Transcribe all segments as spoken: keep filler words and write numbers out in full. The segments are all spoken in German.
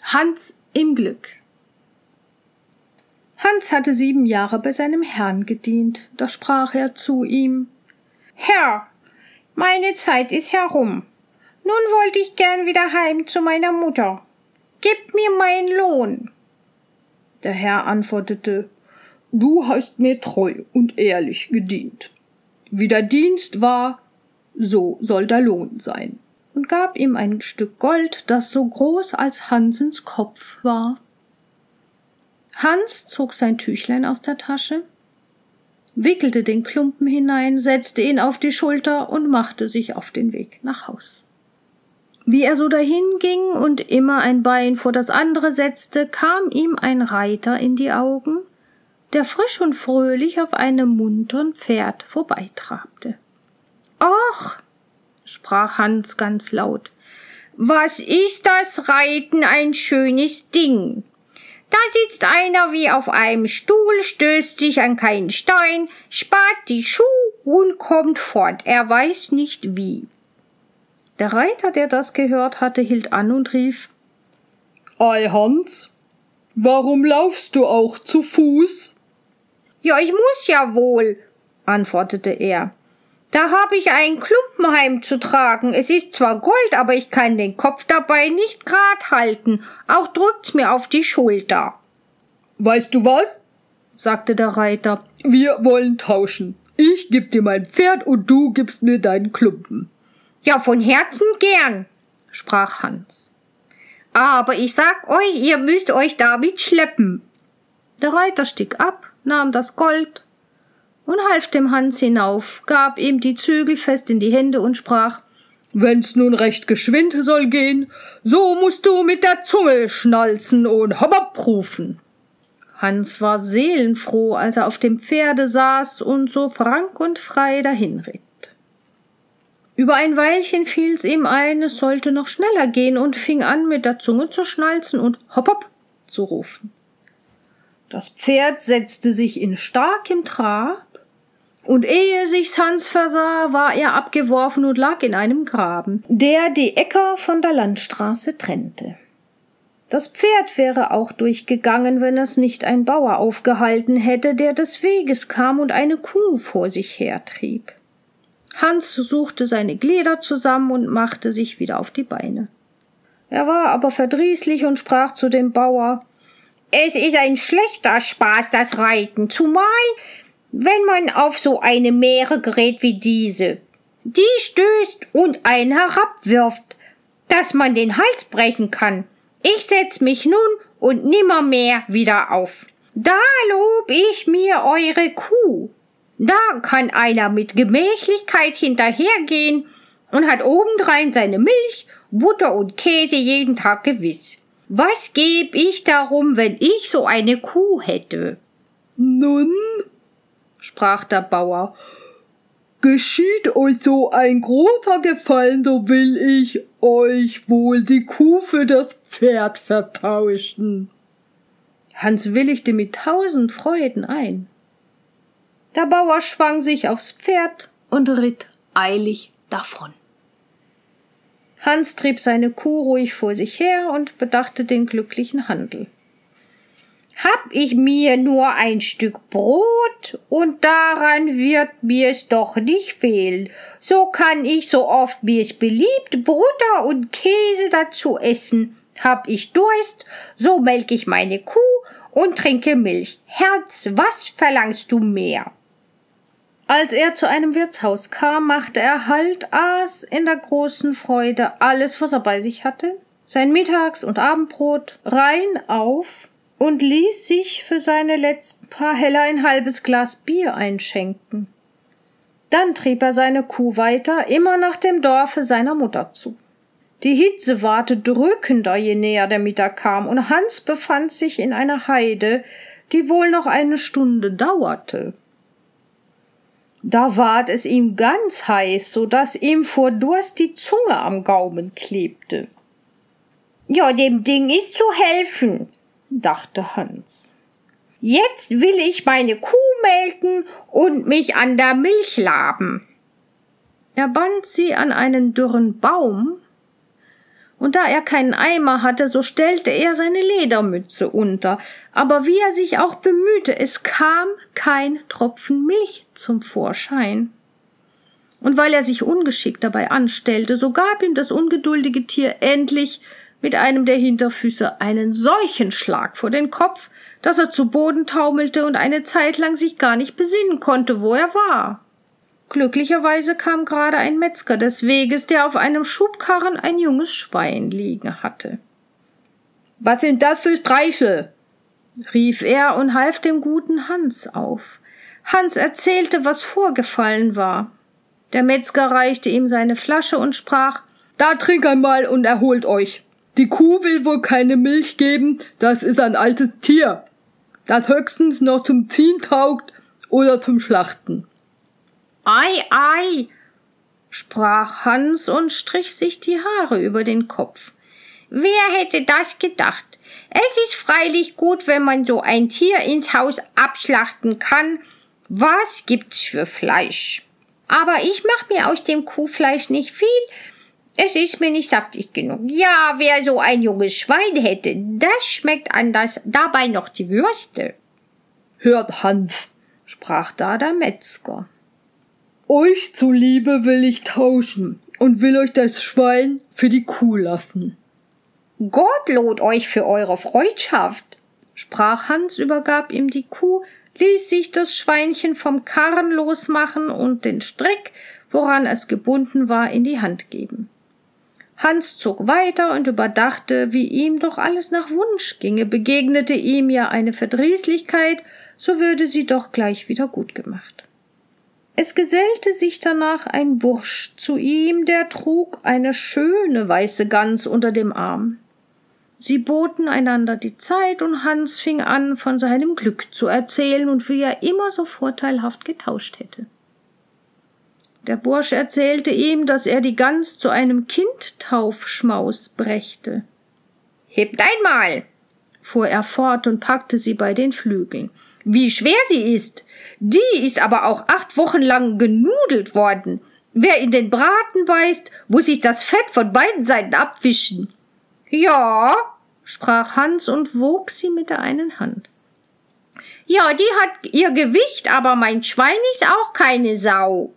Hans im Glück. Hans hatte sieben Jahre bei seinem Herrn gedient. Da sprach er zu ihm: »Herr, meine Zeit ist herum. Nun wollte ich gern wieder heim zu meiner Mutter. Gib mir meinen Lohn.« Der Herr antwortete: »Du hast mir treu und ehrlich gedient. Wie der Dienst war, so soll der Lohn sein«, und gab ihm ein Stück Gold, das so groß als Hansens Kopf war. Hans zog sein Tüchlein aus der Tasche, wickelte den Klumpen hinein, setzte ihn auf die Schulter und machte sich auf den Weg nach Haus. Wie er so dahinging und immer ein Bein vor das andere setzte, kam ihm ein Reiter in die Augen, der frisch und fröhlich auf einem munteren Pferd vorbeitrabte. »Och«, sprach Hans ganz laut, »was ist das Reiten ein schönes Ding! Da sitzt einer wie auf einem Stuhl, stößt sich an keinen Stein, spart die Schuh und kommt fort, er weiß nicht wie.« Der Reiter, der das gehört hatte, hielt an und rief: »Ei, Hans, warum laufst du auch zu Fuß?« »Ja, ich muß ja wohl«, antwortete er. »Da hab ich einen Klumpen heimzutragen. Es ist zwar Gold, aber ich kann den Kopf dabei nicht grad halten. Auch drückt's mir auf die Schulter.« »Weißt du was?«, sagte der Reiter. »Wir wollen tauschen. Ich geb dir mein Pferd und du gibst mir deinen Klumpen.« »Ja, von Herzen gern«, sprach Hans. »Aber ich sag euch, ihr müsst euch damit schleppen.« Der Reiter stieg ab, nahm das Gold und half dem Hans hinauf, gab ihm die Zügel fest in die Hände und sprach: »Wenn's nun recht geschwind soll gehen, so musst du mit der Zunge schnalzen und hopp hopp rufen.« Hans war seelenfroh, als er auf dem Pferde saß und so frank und frei dahinritt. Über ein Weilchen fiel's ihm ein, es sollte noch schneller gehen, und fing an, mit der Zunge zu schnalzen und hopp hopp zu rufen. Das Pferd setzte sich in starkem Trab, und ehe sich's Hans versah, war er abgeworfen und lag in einem Graben, der die Äcker von der Landstraße trennte. Das Pferd wäre auch durchgegangen, wenn es nicht ein Bauer aufgehalten hätte, der des Weges kam und eine Kuh vor sich hertrieb. Hans suchte seine Glieder zusammen und machte sich wieder auf die Beine. Er war aber verdrießlich und sprach zu dem Bauer: »Es ist ein schlechter Spaß, das Reiten, zumal wenn man auf so eine Mähre gerät wie diese. Die stößt und einen herabwirft, dass man den Hals brechen kann. Ich setz mich nun und nimmermehr wieder auf. Da lob ich mir eure Kuh. Da kann einer mit Gemächlichkeit hinterhergehen und hat obendrein seine Milch, Butter und Käse jeden Tag gewiss. Was geb ich darum, wenn ich so eine Kuh hätte?« »Nun«, sprach der Bauer, »geschieht euch so ein großer Gefallen, so will ich euch wohl die Kuh für das Pferd vertauschen.« Hans willigte mit tausend Freuden ein. Der Bauer schwang sich aufs Pferd und ritt eilig davon. Hans trieb seine Kuh ruhig vor sich her und bedachte den glücklichen Handel. »Hab ich mir nur ein Stück Brot, und daran wird mir's doch nicht fehlen. So kann ich, so oft mir's beliebt, Butter und Käse dazu essen. Hab ich Durst, so melk ich meine Kuh und trinke Milch. Herz, was verlangst du mehr?« Als er zu einem Wirtshaus kam, machte er Halt, aß in der großen Freude alles, was er bei sich hatte, sein Mittags- und Abendbrot rein auf und ließ sich für seine letzten paar Heller ein halbes Glas Bier einschenken. Dann trieb er seine Kuh weiter, immer nach dem Dorfe seiner Mutter zu. Die Hitze ward drückender, je näher der Mittag kam, und Hans befand sich in einer Heide, die wohl noch eine Stunde dauerte. Da ward es ihm ganz heiß, so daß ihm vor Durst die Zunge am Gaumen klebte. »Ja, dem Ding ist zu helfen«, dachte Hans. »Jetzt will ich meine Kuh melken und mich an der Milch laben.« Er band sie an einen dürren Baum und da er keinen Eimer hatte, so stellte er seine Ledermütze unter, aber wie er sich auch bemühte, es kam kein Tropfen Milch zum Vorschein. Und weil er sich ungeschickt dabei anstellte, so gab ihm das ungeduldige Tier endlich mit einem der Hinterfüße einen solchen Schlag vor den Kopf, dass er zu Boden taumelte und eine Zeit lang sich gar nicht besinnen konnte, wo er war. Glücklicherweise kam gerade ein Metzger des Weges, der auf einem Schubkarren ein junges Schwein liegen hatte. »Was sind das für Streiche?« rief er und half dem guten Hans auf. Hans erzählte, was vorgefallen war. Der Metzger reichte ihm seine Flasche und sprach: »Da trink einmal und erholt euch. Die Kuh will wohl keine Milch geben, das ist ein altes Tier, das höchstens noch zum Ziehen taugt oder zum Schlachten.« »Ei, ei«, sprach Hans und strich sich die Haare über den Kopf. »Wer hätte das gedacht? Es ist freilich gut, wenn man so ein Tier ins Haus abschlachten kann. Was gibt's für Fleisch? Aber ich mach mir aus dem Kuhfleisch nicht viel. Es ist mir nicht saftig genug. Ja, wer so ein junges Schwein hätte, das schmeckt anders. Dabei noch die Würste.« »Hört, Hans«, sprach da der Metzger, »euch zuliebe will ich tauschen und will euch das Schwein für die Kuh lassen.« »Gott lohnt euch für eure Freundschaft«, sprach Hans, übergab ihm die Kuh, ließ sich das Schweinchen vom Karren losmachen und den Strick, woran es gebunden war, in die Hand geben. Hans zog weiter und überdachte, wie ihm doch alles nach Wunsch ginge. Begegnete ihm ja eine Verdrießlichkeit, so würde sie doch gleich wieder gut gemacht. Es gesellte sich danach ein Bursch zu ihm, der trug eine schöne weiße Gans unter dem Arm. Sie boten einander die Zeit, und Hans fing an, von seinem Glück zu erzählen und wie er immer so vorteilhaft getauscht hätte. Der Bursch erzählte ihm, dass er die Gans zu einem Kindtaufschmaus brächte. »Hebt einmal«, fuhr er fort und packte sie bei den Flügeln. »Wie schwer sie ist! Die ist aber auch acht Wochen lang genudelt worden. Wer in den Braten beißt, muss sich das Fett von beiden Seiten abwischen.« »Ja«, sprach Hans und wog sie mit der einen Hand. »Ja, die hat ihr Gewicht, aber mein Schwein ist auch keine Sau.«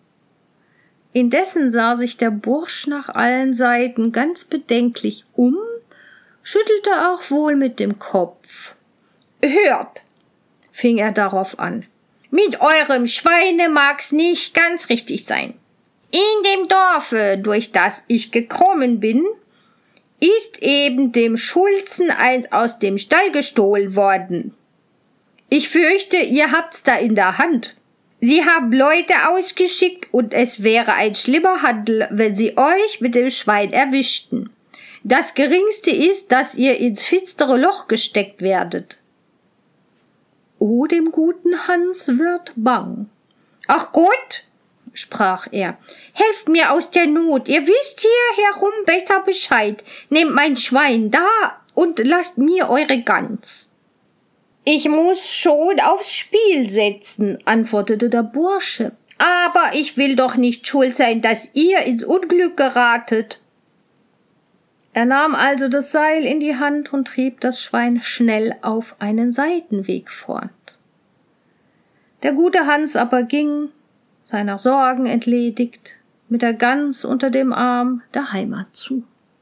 Indessen sah sich der Bursch nach allen Seiten ganz bedenklich um, schüttelte auch wohl mit dem Kopf. »Hört«, fing er darauf an, »mit eurem Schweine mag's nicht ganz richtig sein. In dem Dorfe, durch das ich gekommen bin, ist eben dem Schulzen eins aus dem Stall gestohlen worden. Ich fürchte, ihr habt's da in der Hand. Sie haben Leute ausgeschickt, und es wäre ein schlimmer Handel, wenn sie euch mit dem Schwein erwischten. Das Geringste ist, dass ihr ins finstere Loch gesteckt werdet.« »O, dem guten Hans wird bang.« »Ach Gott«, sprach er, »helft mir aus der Not. Ihr wisst hier herum besser Bescheid. Nehmt mein Schwein da und lasst mir eure Gans.« »Ich muß schon aufs Spiel setzen«, antwortete der Bursche, »aber ich will doch nicht schuld sein, dass ihr ins Unglück geratet.« Er nahm also das Seil in die Hand und trieb das Schwein schnell auf einen Seitenweg fort. Der gute Hans aber ging, seiner Sorgen entledigt, mit der Gans unter dem Arm der Heimat zu.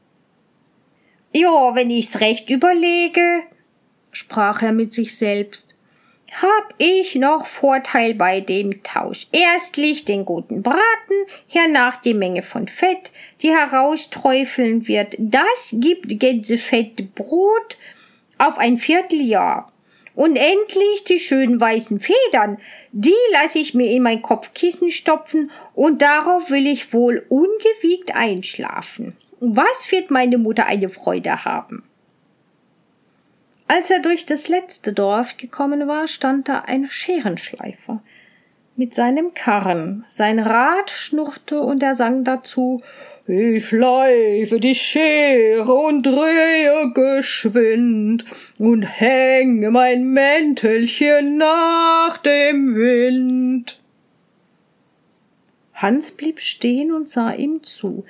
»Ja, wenn ich's recht überlege«, sprach er mit sich selbst, »hab ich noch Vorteil bei dem Tausch. Erstlich den guten Braten, hernach die Menge von Fett, die herausträufeln wird. Das gibt Gänsefett Brot auf ein Vierteljahr. Und endlich die schönen weißen Federn, die lasse ich mir in mein Kopfkissen stopfen, und darauf will ich wohl ungewiegt einschlafen. Was wird meine Mutter eine Freude haben?« Als er durch das letzte Dorf gekommen war, stand da ein Scherenschleifer mit seinem Karren. Sein Rad schnurrte und er sang dazu: »Ich schleife die Schere und drehe geschwind und hänge mein Mäntelchen nach dem Wind.« Hans blieb stehen und sah ihm zu.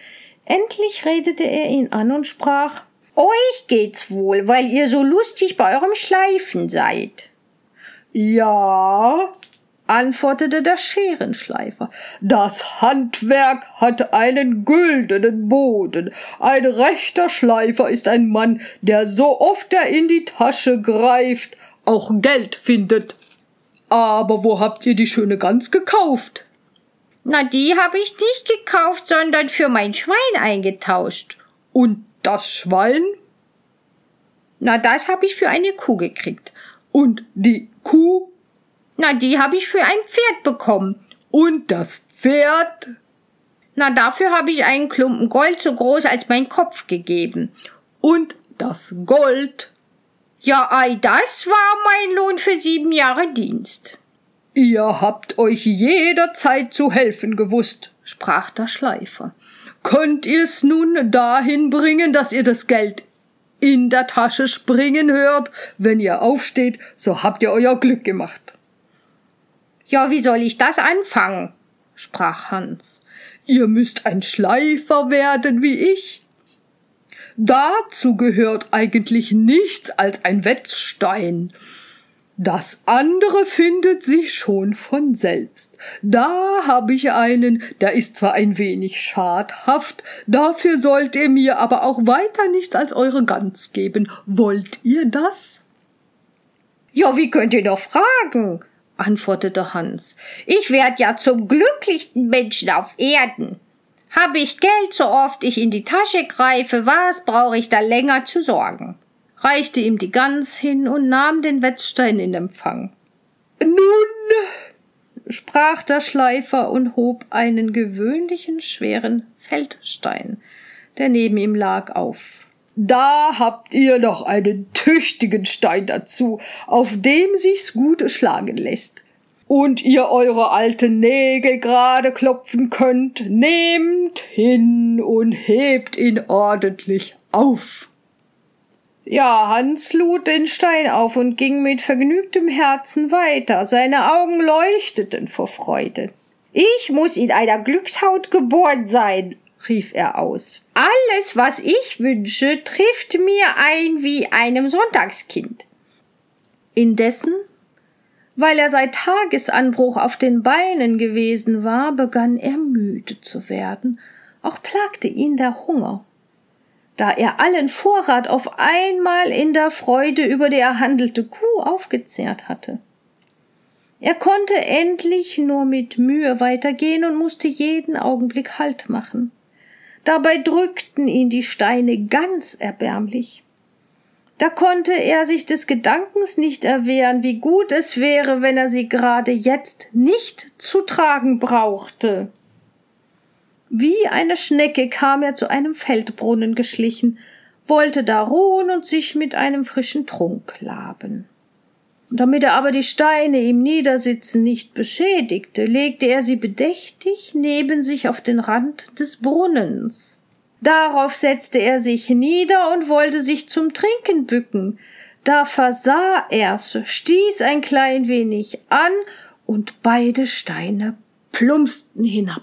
Endlich redete er ihn an und sprach: »Euch geht's wohl, weil ihr so lustig bei eurem Schleifen seid.« »Ja«, antwortete der Scherenschleifer, »das Handwerk hat einen güldenen Boden. Ein rechter Schleifer ist ein Mann, der so oft er in die Tasche greift, auch Geld findet. Aber wo habt ihr die schöne Gans gekauft?« »Na, die habe ich nicht gekauft, sondern für mein Schwein eingetauscht.« »Und das Schwein?« »Na, das habe ich für eine Kuh gekriegt.« »Und die Kuh?« »Na, die habe ich für ein Pferd bekommen.« »Und das Pferd?« »Na, dafür habe ich einen Klumpen Gold so groß als mein Kopf gegeben.« »Und das Gold?« »Ja, ei, das war mein Lohn für sieben Jahre Dienst.« »Ihr habt euch jederzeit zu helfen gewusst«, sprach der Schleifer. »Könnt ihr's nun dahin bringen, dass ihr das Geld in der Tasche springen hört? Wenn ihr aufsteht, so habt ihr euer Glück gemacht.« »Ja, wie soll ich das anfangen?«, sprach Hans. »Ihr müsst ein Schleifer werden wie ich. Dazu gehört eigentlich nichts als ein Wetzstein. Das andere findet sich schon von selbst. Da habe ich einen, der ist zwar ein wenig schadhaft, dafür sollt ihr mir aber auch weiter nichts als eure Gans geben. Wollt ihr das?« »Ja, wie könnt ihr doch fragen?«, antwortete Hans. »Ich werd ja zum glücklichsten Menschen auf Erden. Habe ich Geld, so oft ich in die Tasche greife, was brauche ich da länger zu sorgen?« reichte ihm die Gans hin und nahm den Wetzstein in Empfang. »Nun«, sprach der Schleifer und hob einen gewöhnlichen schweren Feldstein, der neben ihm lag, auf. »Da habt ihr noch einen tüchtigen Stein dazu, auf dem sich's gut schlagen lässt. Und ihr eure alten Nägel gerade klopfen könnt, nehmt hin und hebt ihn ordentlich auf.« Ja, Hans lud den Stein auf und ging mit vergnügtem Herzen weiter. Seine Augen leuchteten vor Freude. »Ich muss in einer Glückshaut geboren sein«, rief er aus. »Alles, was ich wünsche, trifft mir ein wie einem Sonntagskind.« Indessen, weil er seit Tagesanbruch auf den Beinen gewesen war, begann er müde zu werden. Auch plagte ihn der Hunger. Da er allen Vorrat auf einmal in der Freude über die erhandelte Kuh aufgezehrt hatte. Er konnte endlich nur mit Mühe weitergehen und musste jeden Augenblick Halt machen. Dabei drückten ihn die Steine ganz erbärmlich. Da konnte er sich des Gedankens nicht erwehren, wie gut es wäre, wenn er sie gerade jetzt nicht zu tragen brauchte. Wie eine Schnecke kam er zu einem Feldbrunnen geschlichen, wollte da ruhen und sich mit einem frischen Trunk laben. Damit er aber die Steine im Niedersitzen nicht beschädigte, legte er sie bedächtig neben sich auf den Rand des Brunnens. Darauf setzte er sich nieder und wollte sich zum Trinken bücken. Da versah er's, stieß ein klein wenig an, und beide Steine plumpsten hinab.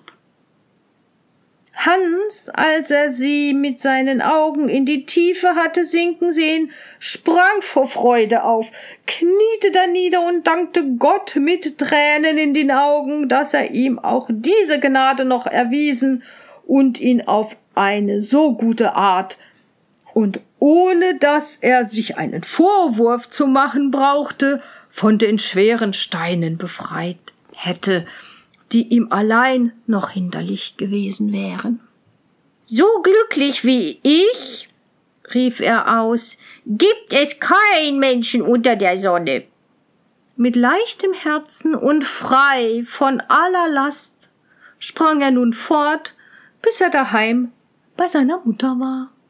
Hans, als er sie mit seinen Augen in die Tiefe hatte sinken sehen, sprang vor Freude auf, kniete danieder und dankte Gott mit Tränen in den Augen, dass er ihm auch diese Gnade noch erwiesen und ihn auf eine so gute Art und ohne dass er sich einen Vorwurf zu machen brauchte, von den schweren Steinen befreit hätte, die ihm allein noch hinderlich gewesen wären. »So glücklich wie ich«, rief er aus, »gibt es keinen Menschen unter der Sonne.« Mit leichtem Herzen und frei von aller Last sprang er nun fort, bis er daheim bei seiner Mutter war.